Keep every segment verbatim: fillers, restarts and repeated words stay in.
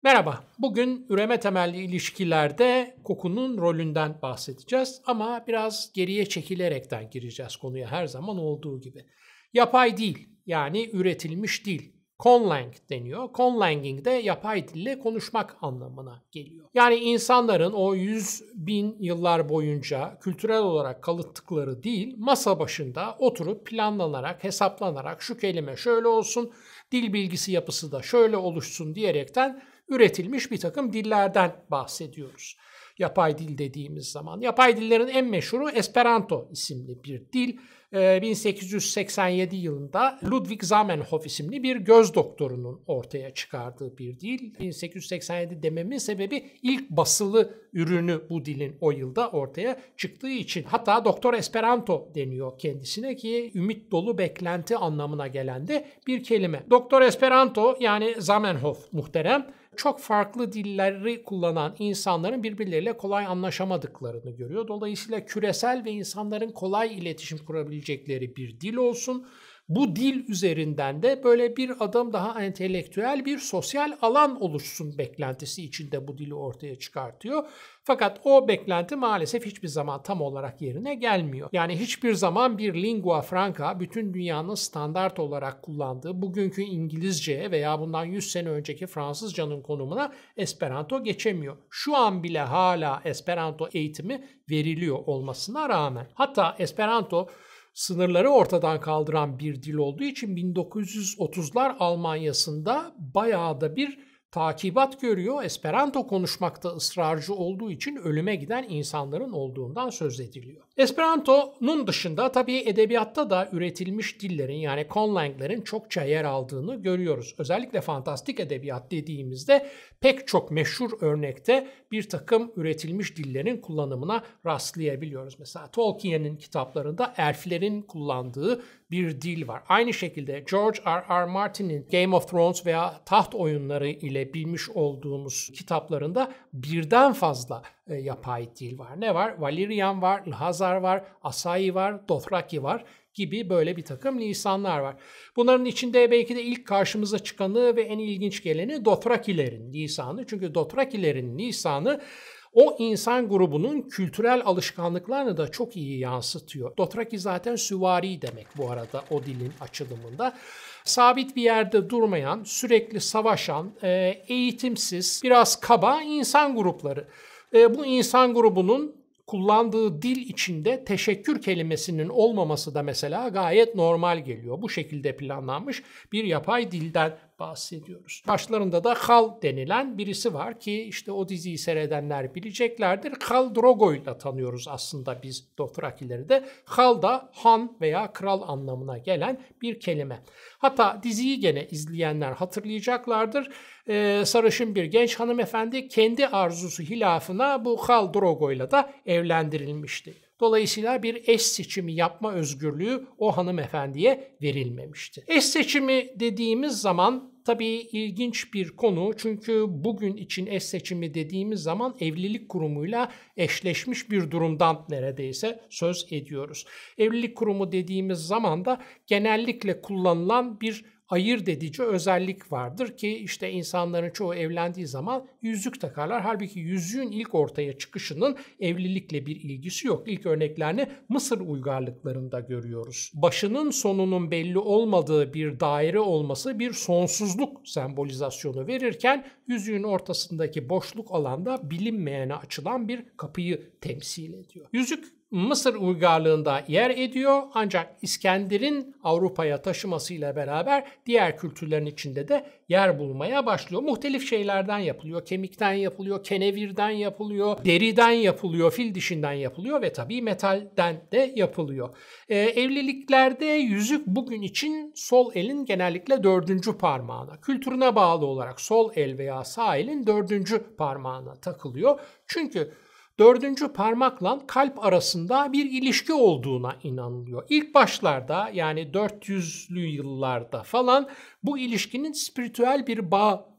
Merhaba, bugün üreme temelli ilişkilerde kokunun rolünden bahsedeceğiz ama biraz geriye çekilerekten gireceğiz konuya her zaman olduğu gibi. Yapay dil, yani üretilmiş dil, conlang deniyor. Conlanging de yapay dille konuşmak anlamına geliyor. Yani insanların o yüz bin yıllar boyunca kültürel olarak kalıttıkları dil masa başında oturup planlanarak, hesaplanarak şu kelime şöyle olsun, dil bilgisi yapısı da şöyle oluşsun diyerekten üretilmiş bir takım dillerden bahsediyoruz. Yapay dil dediğimiz zaman. Yapay dillerin en meşhuru Esperanto isimli bir dil. bin sekiz yüz seksen yedi yılında Ludwig Zamenhof isimli bir göz doktorunun ortaya çıkardığı bir dil. bin sekiz yüz seksen yedi dememin sebebi ilk basılı ürünü bu dilin o yılda ortaya çıktığı için. Hatta Doktor Esperanto deniyor kendisine ki ümit dolu beklenti anlamına gelen de bir kelime. Doktor Esperanto yani Zamenhof muhterem çok farklı dilleri kullanan insanların birbirleriyle kolay anlaşamadıklarını görüyor. Dolayısıyla küresel ve insanların kolay iletişim kurabilecekleri bir dil olsun. Bu dil üzerinden de böyle bir adım daha entelektüel bir sosyal alan oluşsun beklentisi içinde bu dili ortaya çıkartıyor. Fakat o beklenti maalesef hiçbir zaman tam olarak yerine gelmiyor. Yani hiçbir zaman bir lingua franca bütün dünyanın standart olarak kullandığı bugünkü İngilizce veya bundan yüz sene önceki Fransızcanın konumuna Esperanto geçemiyor. Şu an bile hala Esperanto eğitimi veriliyor olmasına rağmen. Hatta Esperanto sınırları ortadan kaldıran bir dil olduğu için bin dokuz yüz otuzlar Almanya'sında bayağı da bir takibat görüyor. Esperanto konuşmakta ısrarcı olduğu için ölüme giden insanların olduğundan söz ediliyor. Esperanto'nun dışında tabii edebiyatta da üretilmiş dillerin yani conlanglerin çokça yer aldığını görüyoruz. Özellikle fantastik edebiyat dediğimizde pek çok meşhur örnekte bir takım üretilmiş dillerin kullanımına rastlayabiliyoruz. Mesela Tolkien'in kitaplarında elflerin kullandığı bir dil var. Aynı şekilde George R R. Martin'in Game of Thrones veya taht oyunları ile bilmiş olduğumuz kitaplarında birden fazla e, yapay dil var. Ne var? Valyrian var, Lhazar var, Asayi var, Dothraki var gibi böyle bir takım lisanlar var. Bunların içinde belki de ilk karşımıza çıkanı ve en ilginç geleni Dothrakilerin lisanı. Çünkü Dothrakilerin lisanı o insan grubunun kültürel alışkanlıklarını da çok iyi yansıtıyor. Dothraki zaten süvari demek bu arada o dilin açılımında. Sabit bir yerde durmayan, sürekli savaşan, eğitimsiz, biraz kaba insan grupları. Bu insan grubunun kullandığı dil içinde teşekkür kelimesinin olmaması da mesela gayet normal geliyor. Bu şekilde planlanmış bir yapay dilden bahsediyoruz. Başlarında da Khal denilen birisi var ki işte o diziyi seyredenler bileceklerdir. Khal Drogo'yla tanıyoruz aslında biz Dothrakileri de. Khal da han veya kral anlamına gelen bir kelime. Hatta diziyi gene izleyenler hatırlayacaklardır. Ee, sarışın bir genç hanımefendi kendi arzusu hilafına bu Khal Drogo'yla da evlendirilmişti. Dolayısıyla bir eş seçimi yapma özgürlüğü o hanımefendiye verilmemişti. Eş seçimi dediğimiz zaman tabii ilginç bir konu çünkü bugün için eş seçimi dediğimiz zaman evlilik kurumuyla eşleşmiş bir durumdan neredeyse söz ediyoruz. Evlilik kurumu dediğimiz zaman da genellikle kullanılan bir ayırt edici özellik vardır ki işte insanların çoğu evlendiği zaman yüzük takarlar. Halbuki yüzüğün ilk ortaya çıkışının evlilikle bir ilgisi yok. İlk örneklerini Mısır uygarlıklarında görüyoruz. Başının sonunun belli olmadığı bir daire olması bir sonsuzluk sembolizasyonu verirken yüzüğün ortasındaki boşluk alanda bilinmeyene açılan bir kapıyı temsil ediyor. Yüzük Mısır uygarlığında yer ediyor ancak İskender'in Avrupa'ya taşımasıyla beraber diğer kültürlerin içinde de yer bulmaya başlıyor. Muhtelif şeylerden yapılıyor. Kemikten yapılıyor, kenevirden yapılıyor, deriden yapılıyor, fil dişinden yapılıyor ve tabii metalden de yapılıyor. Ee, evliliklerde yüzük bugün için sol elin genellikle dördüncü parmağına, kültürüne bağlı olarak sol el veya sağ elin dördüncü parmağına takılıyor. Çünkü dördüncü parmakla kalp arasında bir ilişki olduğuna inanılıyor. İlk başlarda yani dört yüzlü yıllarda falan bu ilişkinin spiritüel bir bağ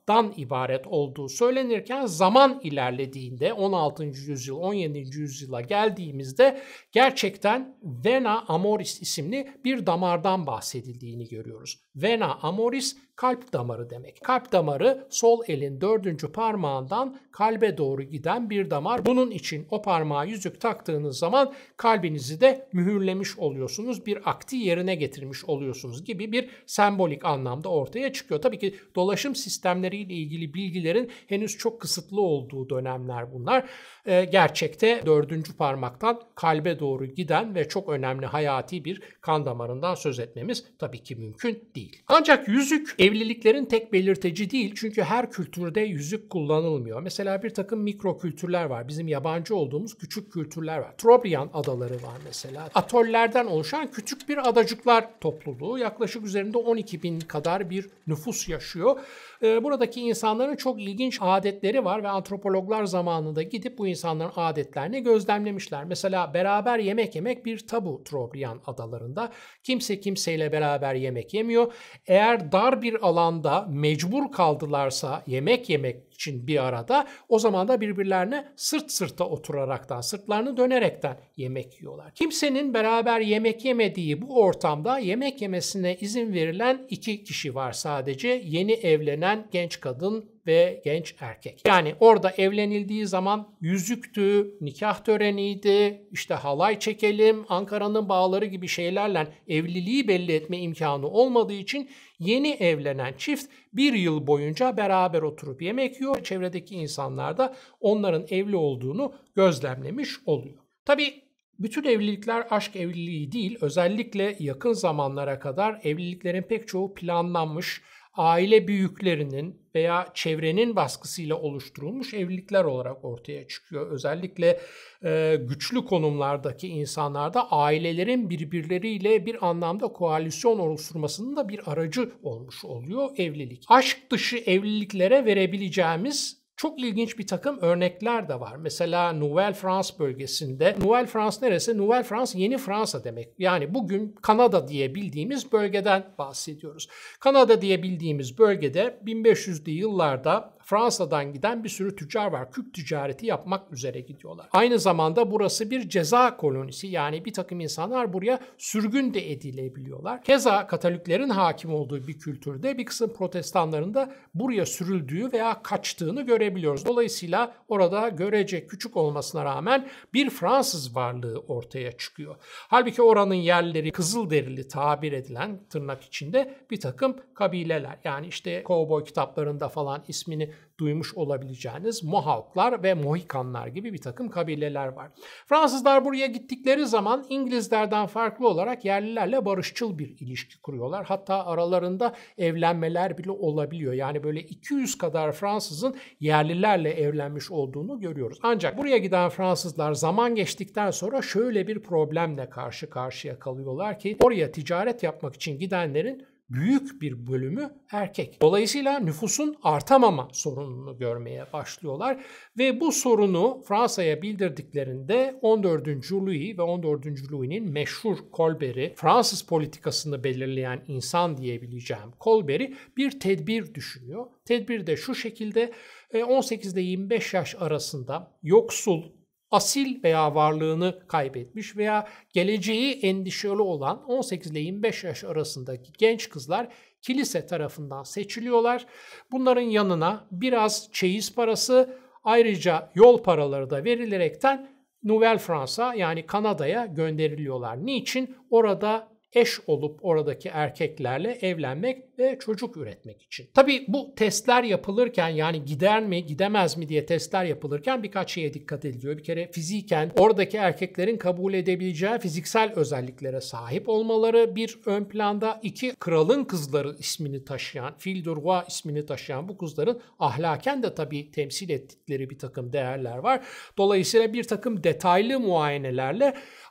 dan ibaret olduğu söylenirken zaman ilerlediğinde on altıncı yüzyıl, on yedinci yüzyıla geldiğimizde gerçekten vena amoris isimli bir damardan bahsedildiğini görüyoruz. Vena amoris kalp damarı demek. Kalp damarı sol elin dördüncü parmağından kalbe doğru giden bir damar. Bunun için o parmağa yüzük taktığınız zaman kalbinizi de mühürlemiş oluyorsunuz. Bir akti yerine getirmiş oluyorsunuz gibi bir sembolik anlamda ortaya çıkıyor. Tabii ki dolaşım sistemleriyle ilgili bilgilerin henüz çok kısıtlı olduğu dönemler bunlar. Ee, gerçekte dördüncü parmaktan kalbe doğru giden ve çok önemli hayati bir kan damarından söz etmemiz tabii ki mümkün değil. Ancak yüzük evliliklerin tek belirteci değil, çünkü her kültürde yüzük kullanılmıyor. Mesela bir takım mikro kültürler var. Bizim yabancı olduğumuz küçük kültürler var. Trobriand adaları var mesela. Atollerden oluşan küçük bir adacıklar topluluğu. Yaklaşık üzerinde on iki bin kadar bir nüfus yaşıyor. Buradaki insanların çok ilginç adetleri var ve antropologlar zamanında gidip bu insanların adetlerini gözlemlemişler. Mesela beraber yemek yemek bir tabu Trobriand adalarında. Kimse kimseyle beraber yemek yemiyor. Eğer dar bir alanda mecbur kaldılarsa yemek yemek için bir arada, o zaman da birbirlerine sırt sırta oturaraktan, sırtlarını dönerekten yemek yiyorlar. Kimsenin beraber yemek yemediği bu ortamda yemek yemesine izin verilen iki kişi var sadece. Yeni evlenen genç kadın ve genç erkek. Yani orada evlenildiği zaman yüzüktü, nikah töreniydi, işte halay çekelim, Ankara'nın bağları gibi şeylerle evliliği belli etme imkanı olmadığı için yeni evlenen çift bir yıl boyunca beraber oturup yemek yiyor. Çevredeki insanlar da onların evli olduğunu gözlemlemiş oluyor. Tabii bütün evlilikler aşk evliliği değil, özellikle yakın zamanlara kadar evliliklerin pek çoğu planlanmış, aile büyüklerinin veya çevrenin baskısıyla oluşturulmuş evlilikler olarak ortaya çıkıyor. Özellikle e, güçlü konumlardaki insanlarda ailelerin birbirleriyle bir anlamda koalisyon oluşturmasının da bir aracı olmuş oluyor evlilik. Aşk dışı evliliklere verebileceğimiz çok ilginç bir takım örnekler de var. Mesela Nouvelle France bölgesinde, Nouvelle France neresi? Nouvelle France yeni Fransa demek. Yani bugün Kanada diye bildiğimiz bölgeden bahsediyoruz. Kanada diye bildiğimiz bölgede bin beş yüzlü yıllarda Fransa'dan giden bir sürü tüccar var. Küp ticareti yapmak üzere gidiyorlar. Aynı zamanda burası bir ceza kolonisi, yani bir takım insanlar buraya sürgün de edilebiliyorlar. Keza Katoliklerin hakim olduğu bir kültürde bir kısım protestanların da buraya sürüldüğü veya kaçtığını görebiliyoruz. Dolayısıyla orada görece küçük olmasına rağmen bir Fransız varlığı ortaya çıkıyor. Halbuki oranın yerlileri Kızılderili tabir edilen, tırnak içinde, bir takım kabileler. Yani işte kovboy kitaplarında falan ismini duymuş olabileceğiniz Mohawklar ve Mohikanlar gibi bir takım kabileler var. Fransızlar buraya gittikleri zaman İngilizlerden farklı olarak yerlilerle barışçıl bir ilişki kuruyorlar. Hatta aralarında evlenmeler bile olabiliyor. Yani böyle iki yüz kadar Fransızın yerlilerle evlenmiş olduğunu görüyoruz. Ancak buraya giden Fransızlar zaman geçtikten sonra şöyle bir problemle karşı karşıya kalıyorlar ki oraya ticaret yapmak için gidenlerin büyük bir bölümü erkek. Dolayısıyla nüfusun artamama sorununu görmeye başlıyorlar ve bu sorunu Fransa'ya bildirdiklerinde on dördüncü Louis ve on dördüncü Louis'nin meşhur Colbert'i, Fransız politikasını belirleyen insan diyebileceğim Colbert'i, bir tedbir düşünüyor. Tedbir de şu şekilde: on sekiz ile yirmi beş yaş arasında yoksul, asil veya varlığını kaybetmiş veya geleceği endişeli olan on sekiz ile yirmi beş yaş arasındaki genç kızlar kilise tarafından seçiliyorlar. Bunların yanına biraz çeyiz parası, ayrıca yol paraları da verilerekten Nouvelle Fransa, yani Kanada'ya gönderiliyorlar. Niçin? Orada eş olup oradaki erkeklerle evlenmek ve çocuk üretmek için. Tabii bu testler yapılırken, yani gider mi gidemez mi diye testler yapılırken birkaç şeye dikkat ediliyor. Bir kere fiziken oradaki erkeklerin kabul edebileceği fiziksel özelliklere sahip olmaları bir ön planda. İki, kralın kızları ismini taşıyan, Fille de Roi ismini taşıyan bu kızların ahlaken de tabii temsil ettikleri bir takım değerler var. Dolayısıyla bir takım detaylı muayenelerle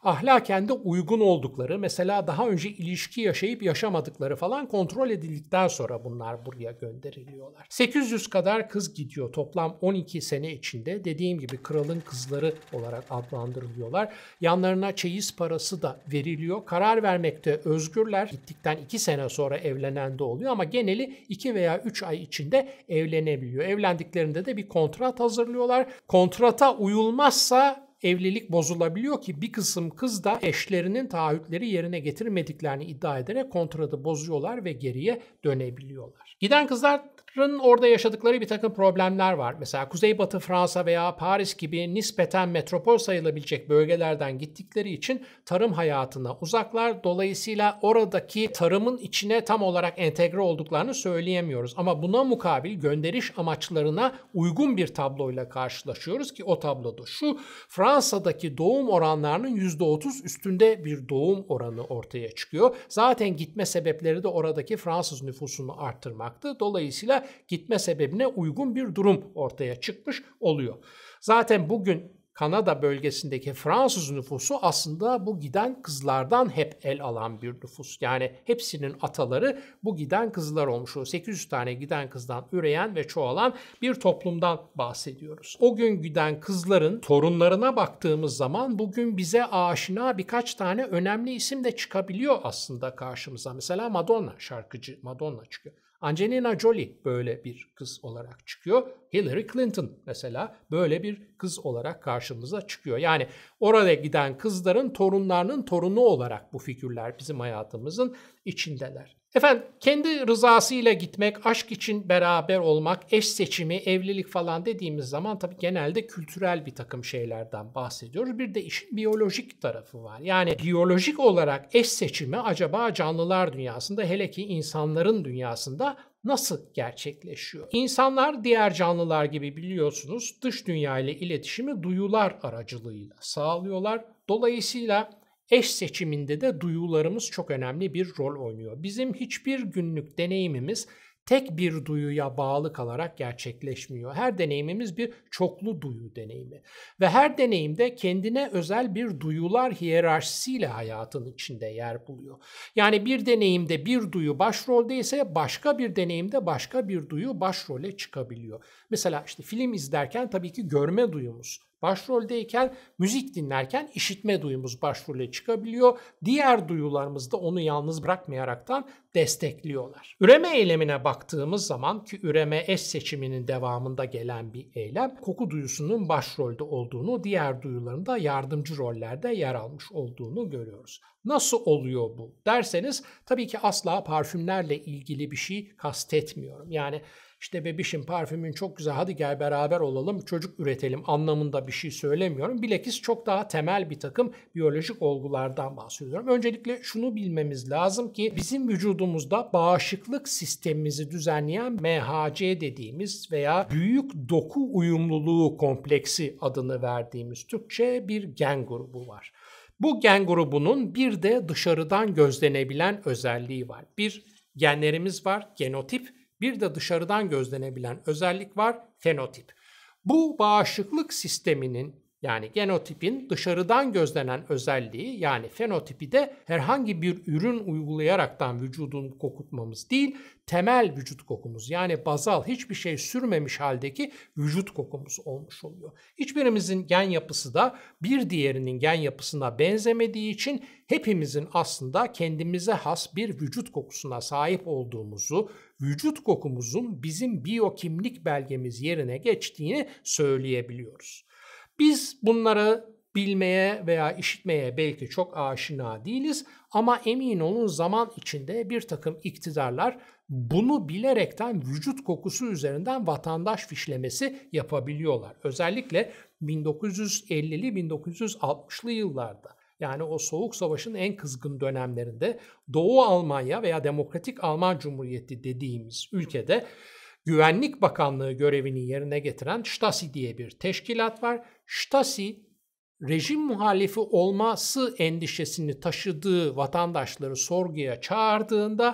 ahlaken de uygun oldukları, mesela daha önce ilişki yaşayıp yaşamadıkları falan kontrol edildikten sonra bunlar buraya gönderiliyorlar. sekiz yüz kadar kız gidiyor toplam on iki sene içinde. Dediğim gibi kralın kızları olarak adlandırılıyorlar. Yanlarına çeyiz parası da veriliyor. Karar vermekte özgürler. Gittikten iki sene sonra evlenen de oluyor ama geneli iki veya üç ay içinde evlenebiliyor. Evlendiklerinde de bir kontrat hazırlıyorlar. Kontrata uyulmazsa evlilik bozulabiliyor ki bir kısım kız da eşlerinin taahhütleri yerine getirmediklerini iddia ederek kontratı bozuyorlar ve geriye dönebiliyorlar. Giden kızların orada yaşadıkları bir takım problemler var. Mesela Kuzeybatı Fransa veya Paris gibi nispeten metropol sayılabilecek bölgelerden gittikleri için tarım hayatına uzaklar. Dolayısıyla oradaki tarımın içine tam olarak entegre olduklarını söyleyemiyoruz. Ama buna mukabil gönderiş amaçlarına uygun bir tabloyla karşılaşıyoruz ki o tabloda şu: Fransa'daki doğum oranlarının yüzde otuz üstünde bir doğum oranı ortaya çıkıyor. Zaten gitme sebepleri de oradaki Fransız nüfusunu arttırmaktı. Dolayısıyla gitme sebebine uygun bir durum ortaya çıkmış oluyor. Zaten bugün Kanada bölgesindeki Fransız nüfusu aslında bu giden kızlardan hep el alan bir nüfus. Yani hepsinin ataları bu giden kızlar olmuş. O sekiz yüz tane giden kızdan üreyen ve çoğalan bir toplumdan bahsediyoruz. O gün giden kızların torunlarına baktığımız zaman bugün bize aşina birkaç tane önemli isim de çıkabiliyor aslında karşımıza. Mesela Madonna, şarkıcı Madonna çıkıyor. Angelina Jolie böyle bir kız olarak çıkıyor. Hillary Clinton mesela böyle bir kız olarak karşımıza çıkıyor. Yani oraya giden kızların torunlarının torunu olarak bu figürler bizim hayatımızın içindeler. Efendim, kendi rızasıyla gitmek, aşk için beraber olmak, eş seçimi, evlilik falan dediğimiz zaman tabii genelde kültürel bir takım şeylerden bahsediyoruz. Bir de işin biyolojik tarafı var. Yani biyolojik olarak eş seçimi acaba canlılar dünyasında, hele ki insanların dünyasında nasıl gerçekleşiyor? İnsanlar diğer canlılar gibi biliyorsunuz dış dünya ile iletişimi duyular aracılığıyla sağlıyorlar. Dolayısıyla eş seçiminde de duyularımız çok önemli bir rol oynuyor. Bizim hiçbir günlük deneyimimiz tek bir duyuya bağlı kalarak gerçekleşmiyor. Her deneyimimiz bir çoklu duyu deneyimi. Ve her deneyimde kendine özel bir duyular hiyerarşisiyle hayatın içinde yer buluyor. Yani bir deneyimde bir duyu başroldeyse başka bir deneyimde başka bir duyu başrole çıkabiliyor. Mesela işte film izlerken tabii ki görme duyumuz başroldeyken, müzik dinlerken işitme duyumuz başrole çıkabiliyor. Diğer duyularımız da onu yalnız bırakmayaraktan destekliyorlar. Üreme eylemine baktığımız zaman, ki üreme eş seçiminin devamında gelen bir eylem, koku duyusunun başrolde olduğunu, diğer duyuların da yardımcı rollerde yer almış olduğunu görüyoruz. Nasıl oluyor bu derseniz, tabii ki asla parfümlerle ilgili bir şey kastetmiyorum. Yani İşte bebişim parfümün çok güzel, hadi gel beraber olalım, çocuk üretelim anlamında bir şey söylemiyorum. Bilakis çok daha temel bir takım biyolojik olgulardan bahsediyorum. Öncelikle şunu bilmemiz lazım ki bizim vücudumuzda bağışıklık sistemimizi düzenleyen M H C dediğimiz veya büyük doku uyumluluğu kompleksi adını verdiğimiz Türkçe bir gen grubu var. Bu gen grubunun bir de dışarıdan gözlenebilen özelliği var. Bir genlerimiz var, genotip. Bir de dışarıdan gözlenebilen özellik var, fenotip. Bu bağışıklık sisteminin, yani genotipin dışarıdan gözlenen özelliği, yani fenotipi de herhangi bir ürün uygulayaraktan vücudunu kokutmamız değil, temel vücut kokumuz, yani bazal hiçbir şey sürmemiş haldeki vücut kokumuz olmuş oluyor. Hiçbirimizin gen yapısı da bir diğerinin gen yapısına benzemediği için hepimizin aslında kendimize has bir vücut kokusuna sahip olduğumuzu, vücut kokumuzun bizim biyokimlik belgemiz yerine geçtiğini söyleyebiliyoruz. Biz bunları bilmeye veya işitmeye belki çok aşina değiliz ama emin olun zaman içinde bir takım iktidarlar bunu bilerekten vücut kokusu üzerinden vatandaş fişlemesi yapabiliyorlar. Özellikle bin dokuz yüz ellili bin dokuz yüz altmışlı yıllarda, yani o Soğuk Savaş'ın en kızgın dönemlerinde Doğu Almanya veya Demokratik Alman Cumhuriyeti dediğimiz ülkede Güvenlik Bakanlığı görevini yerine getiren Stasi diye bir teşkilat var. Stasi, rejim muhalifi olması endişesini taşıdığı vatandaşları sorguya çağırdığında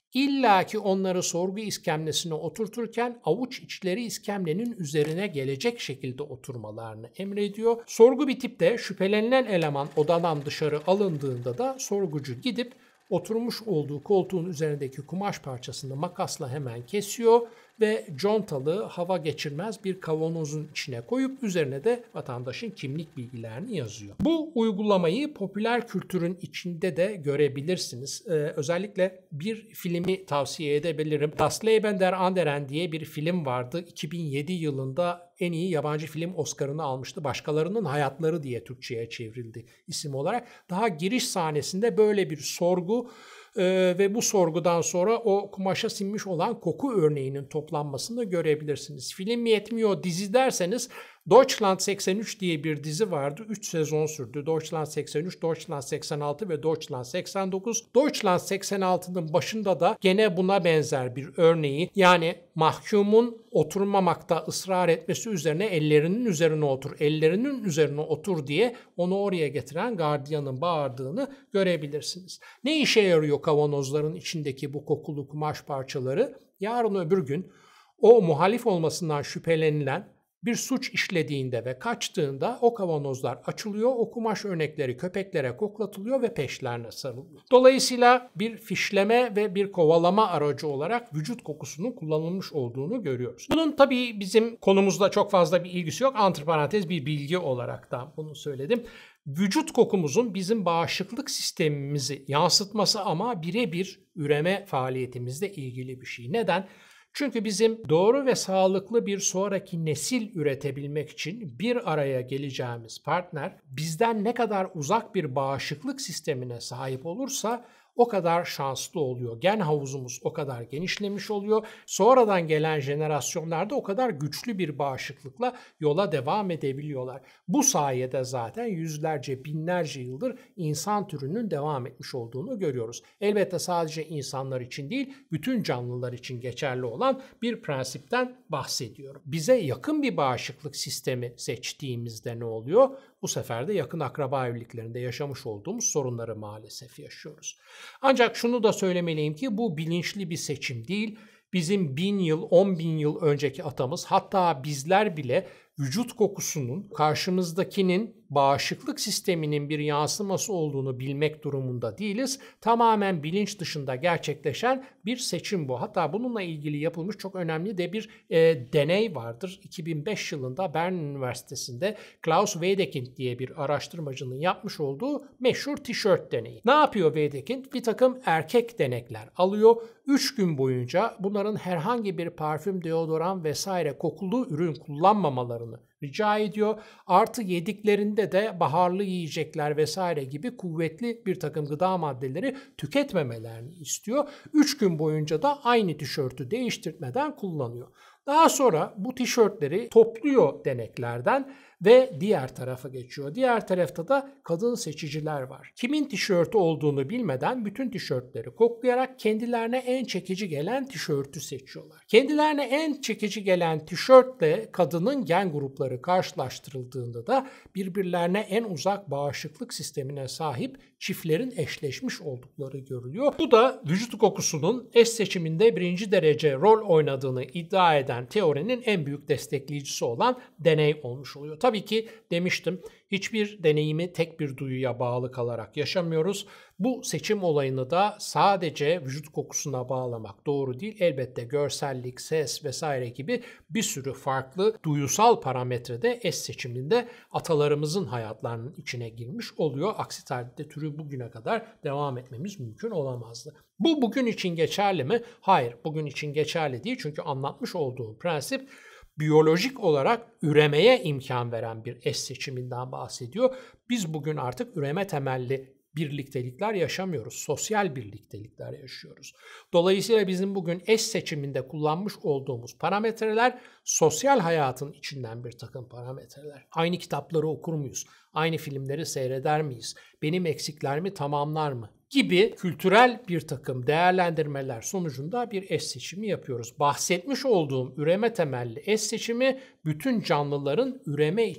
İlla ki onları sorgu iskemlesine oturturken avuç içleri iskemlenin üzerine gelecek şekilde oturmalarını emrediyor. Sorgu bitip de şüphelenilen eleman odadan dışarı alındığında da sorgucu gidip oturmuş olduğu koltuğun üzerindeki kumaş parçasını makasla hemen kesiyor ve contalı, hava geçirmez bir kavanozun içine koyup üzerine de vatandaşın kimlik bilgilerini yazıyor. Bu uygulamayı popüler kültürün içinde de görebilirsiniz. Ee, özellikle bir filmi tavsiye edebilirim. Das Leben der Anderen diye bir film vardı. iki bin yedi yılında en iyi yabancı film Oscar'ını almıştı. Başkalarının Hayatları diye Türkçe'ye çevrildi isim olarak. Daha giriş sahnesinde böyle bir sorgu Ee, ve bu sorgudan sonra o kumaşa sinmiş olan koku örneğinin toplanmasını görebilirsiniz. Film yetmiyor dizi derseniz Deutschland seksen üç diye bir dizi vardı. üç sezon sürdü. Deutschland seksen üç, Deutschland seksen altı ve Deutschland seksen dokuz. Deutschland seksen altının başında da gene buna benzer bir örneği, yani mahkumun oturmamakta ısrar etmesi üzerine ellerinin üzerine otur, ellerinin üzerine otur diye onu oraya getiren gardiyanın bağırdığını görebilirsiniz. Ne işe yarıyor kavanozların içindeki bu kokulu kumaş parçaları? Yarın öbür gün o muhalif olmasından şüphelenilen bir suç işlediğinde ve kaçtığında o kavanozlar açılıyor, o kumaş örnekleri köpeklere koklatılıyor ve peşlerine sarılıyor. Dolayısıyla bir fişleme ve bir kovalama aracı olarak vücut kokusunun kullanılmış olduğunu görüyoruz. Bunun tabii bizim konumuzda çok fazla bir ilgisi yok. Antiparantez bir bilgi olarak da bunu söyledim. Vücut kokumuzun bizim bağışıklık sistemimizi yansıtması ama birebir üreme faaliyetimizle ilgili bir şey. Neden? Çünkü bizim doğru ve sağlıklı bir sonraki nesil üretebilmek için bir araya geleceğimiz partner bizden ne kadar uzak bir bağışıklık sistemine sahip olursa o kadar şanslı oluyor. Gen havuzumuz o kadar genişlemiş oluyor. Sonradan gelen jenerasyonlarda o kadar güçlü bir bağışıklıkla yola devam edebiliyorlar. Bu sayede zaten yüzlerce, binlerce yıldır insan türünün devam etmiş olduğunu görüyoruz. Elbette sadece insanlar için değil, bütün canlılar için geçerli olan bir prensipten bahsediyorum. Bize yakın bir bağışıklık sistemi seçtiğimizde ne oluyor? Bu sefer de yakın akraba evliliklerinde yaşamış olduğumuz sorunları maalesef yaşıyoruz. Ancak şunu da söylemeliyim ki bu bilinçli bir seçim değil. Bizim bin yıl, on bin yıl önceki atamız, hatta bizler bile vücut kokusunun karşımızdakinin bağışıklık sisteminin bir yansıması olduğunu bilmek durumunda değiliz. Tamamen bilinç dışında gerçekleşen bir seçim bu. Hatta bununla ilgili yapılmış çok önemli de bir e, deney vardır. iki bin beş yılında Bern Üniversitesi'nde Klaus Wedekind diye bir araştırmacının yapmış olduğu meşhur tişört deneyi. Ne yapıyor Wedekind? Bir takım erkek denekler alıyor. üç gün boyunca bunların herhangi bir parfüm, deodoran vesaire kokulu ürün kullanmamalarını rica ediyor. Artı yediklerinde de baharlı yiyecekler vesaire gibi kuvvetli bir takım gıda maddeleri tüketmemelerini istiyor. üç gün boyunca da aynı tişörtü değiştirmeden kullanıyor. Daha sonra bu tişörtleri topluyor deneklerden ve diğer tarafa geçiyor. Diğer tarafta da kadın seçiciler var. Kimin tişörtü olduğunu bilmeden bütün tişörtleri koklayarak kendilerine en çekici gelen tişörtü seçiyorlar. Kendilerine en çekici gelen tişörtle kadının gen grupları karşılaştırıldığında da birbirlerine en uzak bağışıklık sistemine sahip çiftlerin eşleşmiş oldukları görülüyor. Bu da vücut kokusunun eş seçiminde birinci derece rol oynadığını iddia eden teorinin en büyük destekleyicisi olan deney olmuş oluyor. Tabii ki demiştim, hiçbir deneyimi tek bir duyuya bağlı kalarak yaşamıyoruz. Bu seçim olayını da sadece vücut kokusuna bağlamak doğru değil. Elbette görsellik, ses vesaire gibi bir sürü farklı duyusal parametrede eş seçiminde atalarımızın hayatlarının içine girmiş oluyor. Aksi takdirde türü bugüne kadar devam etmemiz mümkün olamazdı. Bu bugün için geçerli mi? Hayır, bugün için geçerli değil. Çünkü anlatmış olduğum prensip biyolojik olarak üremeye imkan veren bir eş seçiminden bahsediyor. Biz bugün artık üreme temelli birliktelikler yaşamıyoruz. Sosyal birliktelikler yaşıyoruz. Dolayısıyla bizim bugün eş seçiminde kullanmış olduğumuz parametreler sosyal hayatın içinden bir takım parametreler. Aynı kitapları okur muyuz? Aynı filmleri seyreder miyiz? Benim eksiklerimi tamamlar mı? Gibi kültürel bir takım değerlendirmeler sonucunda bir eş seçimi yapıyoruz. Bahsetmiş olduğum üreme temelli eş seçimi bütün canlıların üreme için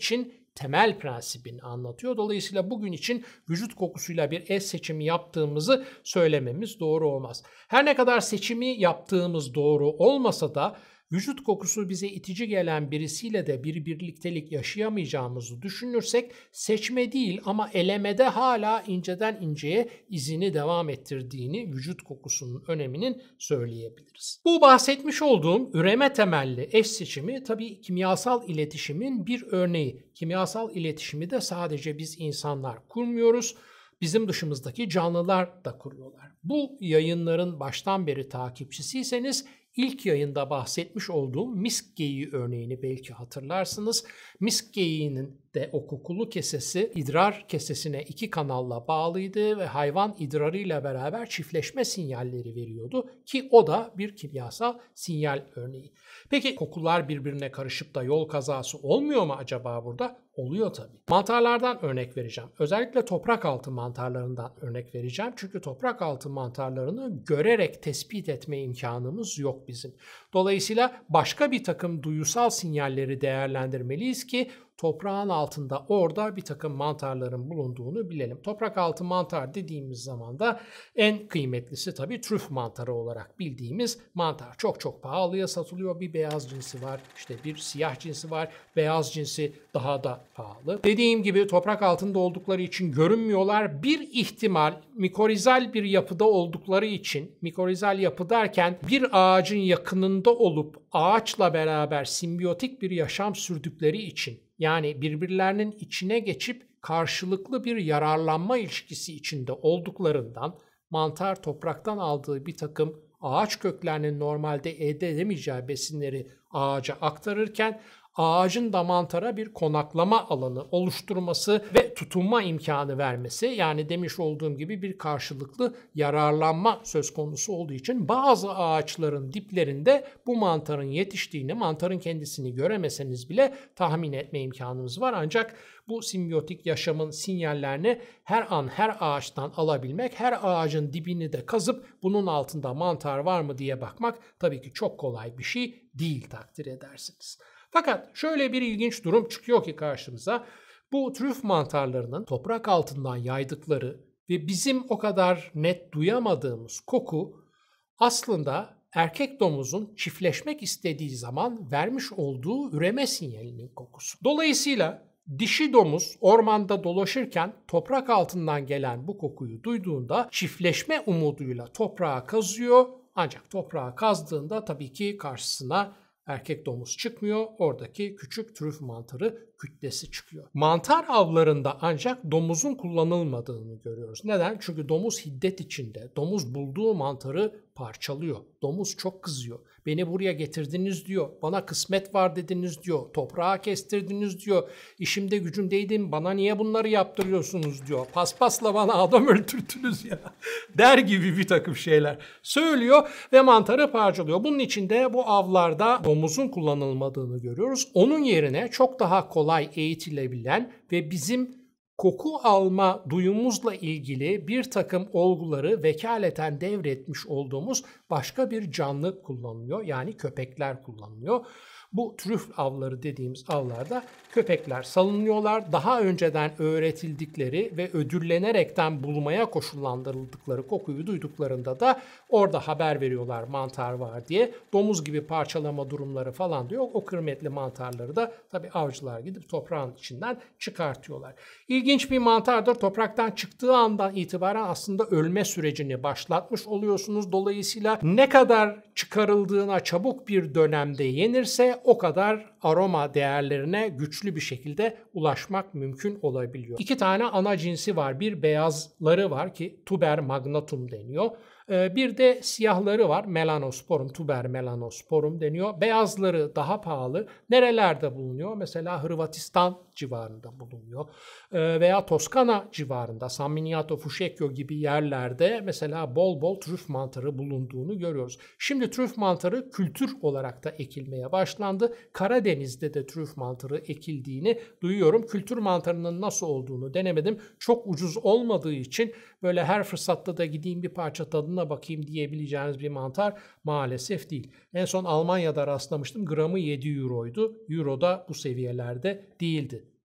temel prensibini anlatıyor. Dolayısıyla bugün için vücut kokusuyla bir ev seçimi yaptığımızı söylememiz doğru olmaz. Her ne kadar seçimi yaptığımız doğru olmasa da vücut kokusu bize itici gelen birisiyle de bir birliktelik yaşayamayacağımızı düşünürsek seçme değil ama elemede hala inceden inceye izini devam ettirdiğini vücut kokusunun öneminin söyleyebiliriz. Bu bahsetmiş olduğum üreme temelli eş seçimi tabii kimyasal iletişimin bir örneği. Kimyasal iletişimi de sadece biz insanlar kurmuyoruz. Bizim dışımızdaki canlılar da kuruyorlar. Bu yayınların baştan beri takipçisiyseniz İlk yayında bahsetmiş olduğum misk geyiği örneğini belki hatırlarsınız. Misk geyiğinin de o kokulu kesesi idrar kesesine iki kanalla bağlıydı ve hayvan idrarıyla beraber çiftleşme sinyalleri veriyordu ki o da bir kimyasal sinyal örneği. Peki kokular birbirine karışıp da yol kazası olmuyor mu acaba burada? Oluyor tabii. Mantarlardan örnek vereceğim. Özellikle toprak altı mantarlarından örnek vereceğim. Çünkü toprak altı mantarlarını görerek tespit etme imkanımız yok bizim. Dolayısıyla başka bir takım duyusal sinyalleri değerlendirmeliyiz ki toprağın altında orada bir takım mantarların bulunduğunu bilelim. Toprak altı mantar dediğimiz zaman da en kıymetlisi tabii trüf mantarı olarak bildiğimiz mantar. Çok çok pahalıya satılıyor. Bir beyaz cinsi var, işte bir siyah cinsi var. Beyaz cinsi daha da pahalı. Dediğim gibi toprak altında oldukları için görünmüyorlar. Bir ihtimal mikorizal bir yapıda oldukları için, mikorizal yapı derken bir ağacın yakınında olup ağaçla beraber simbiyotik bir yaşam sürdükleri için, yani birbirlerinin içine geçip karşılıklı bir yararlanma ilişkisi içinde olduklarından mantar topraktan aldığı bir takım ağaç köklerinin normalde elde edemeyeceği besinleri ağaca aktarırken ağacın da mantara bir konaklama alanı oluşturması ve tutunma imkanı vermesi, yani demiş olduğum gibi bir karşılıklı yararlanma söz konusu olduğu için bazı ağaçların diplerinde bu mantarın yetiştiğini, mantarın kendisini göremeseniz bile tahmin etme imkanımız var. Ancak bu simbiyotik yaşamın sinyallerini her an her ağaçtan alabilmek, her ağacın dibini de kazıp bunun altında mantar var mı diye bakmak tabii ki çok kolay bir şey değil, takdir edersiniz. Fakat şöyle bir ilginç durum çıkıyor ki karşımıza. Bu trüf mantarlarının toprak altından yaydıkları ve bizim o kadar net duyamadığımız koku aslında erkek domuzun çiftleşmek istediği zaman vermiş olduğu üreme sinyalinin kokusu. Dolayısıyla dişi domuz ormanda dolaşırken toprak altından gelen bu kokuyu duyduğunda çiftleşme umuduyla toprağa kazıyor. Ancak toprağa kazdığında tabii ki karşısına erkek domuz çıkmıyor. Oradaki küçük trüf mantarı kütlesi çıkıyor. Mantar avlarında ancak domuzun kullanılmadığını görüyoruz. Neden? Çünkü domuz hiddet içinde. Domuz bulduğu mantarı parçalıyor. Domuz çok kızıyor. Beni buraya getirdiniz diyor. Bana kısmet var dediniz diyor. Toprağa kestirdiniz diyor. İşimde gücümdeydim. Bana niye bunları yaptırıyorsunuz diyor. Paspasla bana adam öldürdünüz ya. Der gibi bir takım şeyler söylüyor ve mantarı parçalıyor. Bunun için de bu avlarda domuzun kullanılmadığını görüyoruz. Onun yerine çok daha kolay eğitilebilen ve bizim koku alma duyumuzla ilgili bir takım olguları vekaleten devretmiş olduğumuz başka bir canlı kullanılıyor. Yani köpekler kullanılıyor. Bu trüf avları dediğimiz avlarda köpekler salınıyorlar. Daha önceden öğretildikleri ve ödüllenerekten bulmaya koşullandırıldıkları kokuyu duyduklarında da orada haber veriyorlar mantar var diye. Domuz gibi parçalama durumları falan diyor. O kıymetli mantarları da tabii avcılar gidip toprağın içinden çıkartıyorlar. İlginç bir mantardır. Topraktan çıktığı andan itibaren aslında ölme sürecini başlatmış oluyorsunuz. Dolayısıyla ne kadar çıkarıldığına çabuk bir dönemde yenirse o kadar aroma değerlerine güçlü bir şekilde ulaşmak mümkün olabiliyor. İki tane ana cinsi var. Bir beyazları var ki tuber magnatum deniyor. Bir de siyahları var. Melanosporum, tuber melanosporum deniyor. Beyazları daha pahalı. Nerelerde bulunuyor? Mesela Hırvatistan civarında bulunuyor. Veya Toskana civarında, San Miniato, Fucecchio gibi yerlerde mesela bol bol trüf mantarı bulunduğunu görüyoruz. Şimdi trüf mantarı kültür olarak da ekilmeye başlandı. Karadeniz'de de trüf mantarı ekildiğini duyuyorum. Kültür mantarının nasıl olduğunu denemedim. Çok ucuz olmadığı için böyle her fırsatta da gideyim bir parça tadına bakayım diyebileceğiniz bir mantar maalesef değil. En son Almanya'da rastlamıştım. Gramı yedi euroydu. Euro da bu seviyelerde değildi.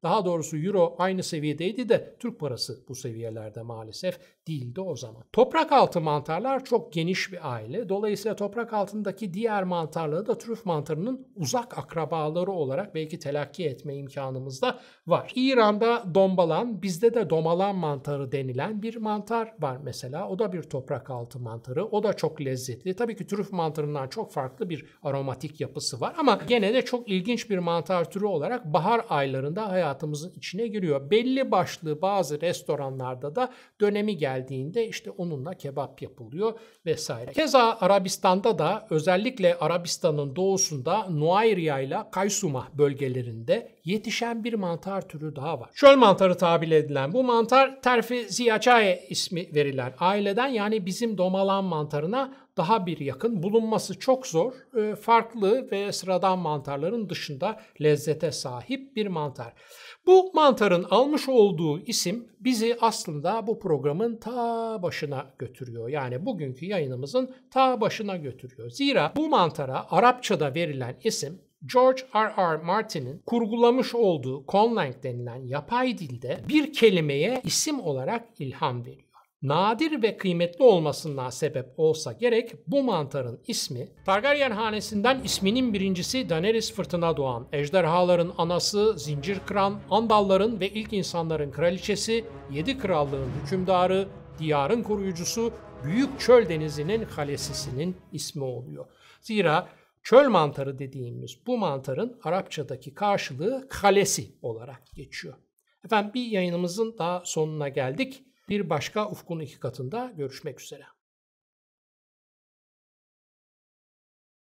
Daha doğrusu euro aynı seviyedeydi de Türk parası bu seviyelerde maalesef değildi o zaman. Toprak altı mantarlar çok geniş bir aile. Dolayısıyla toprak altındaki diğer mantarları da trüf mantarının uzak akrabaları olarak belki telakki etme imkanımız da var. İran'da dombalan, bizde de domalan mantarı denilen bir mantar var mesela. O da bir toprak altı mantarı. O da çok lezzetli. Tabii ki trüf mantarından çok farklı bir aromatik yapısı var ama gene de çok ilginç bir mantar türü olarak bahar aylarında hayatımızın içine giriyor. Belli başlı bazı restoranlarda da dönemi geldiğinde işte onunla kebap yapılıyor vesaire. Keza Arabistan'da da özellikle Arabistan'ın doğusunda Nuayriya ile Kaysuma bölgelerinde yetişen bir mantar türü daha var. Çöl mantarı tabir edilen bu mantar Terfi ziyacae ismi verilen aileden, yani bizim domalan mantarına daha bir yakın, bulunması çok zor, farklı ve sıradan mantarların dışında lezzete sahip bir mantar. Bu mantarın almış olduğu isim bizi aslında bu programın ta başına götürüyor. Yani bugünkü yayınımızın ta başına götürüyor. Zira bu mantara Arapçada verilen isim George R R. Martin'in kurgulamış olduğu conlang denilen yapay dilde bir kelimeye isim olarak ilham veriyor. Nadir ve kıymetli olmasından sebep olsa gerek bu mantarın ismi, Targaryen hanesinden isminin birincisi Daenerys Fırtına doğan, ejderhaların anası, zincir kıran, Andalların ve ilk insanların kraliçesi, yedi krallığın hükümdarı, diyarın koruyucusu, Büyük Çöl Denizi'nin kalesisinin ismi oluyor. Zira çöl mantarı dediğimiz bu mantarın Arapçadaki karşılığı kalesi olarak geçiyor. Efendim, bir yayınımızın daha sonuna geldik. Bir başka Ufkun iki katında görüşmek üzere.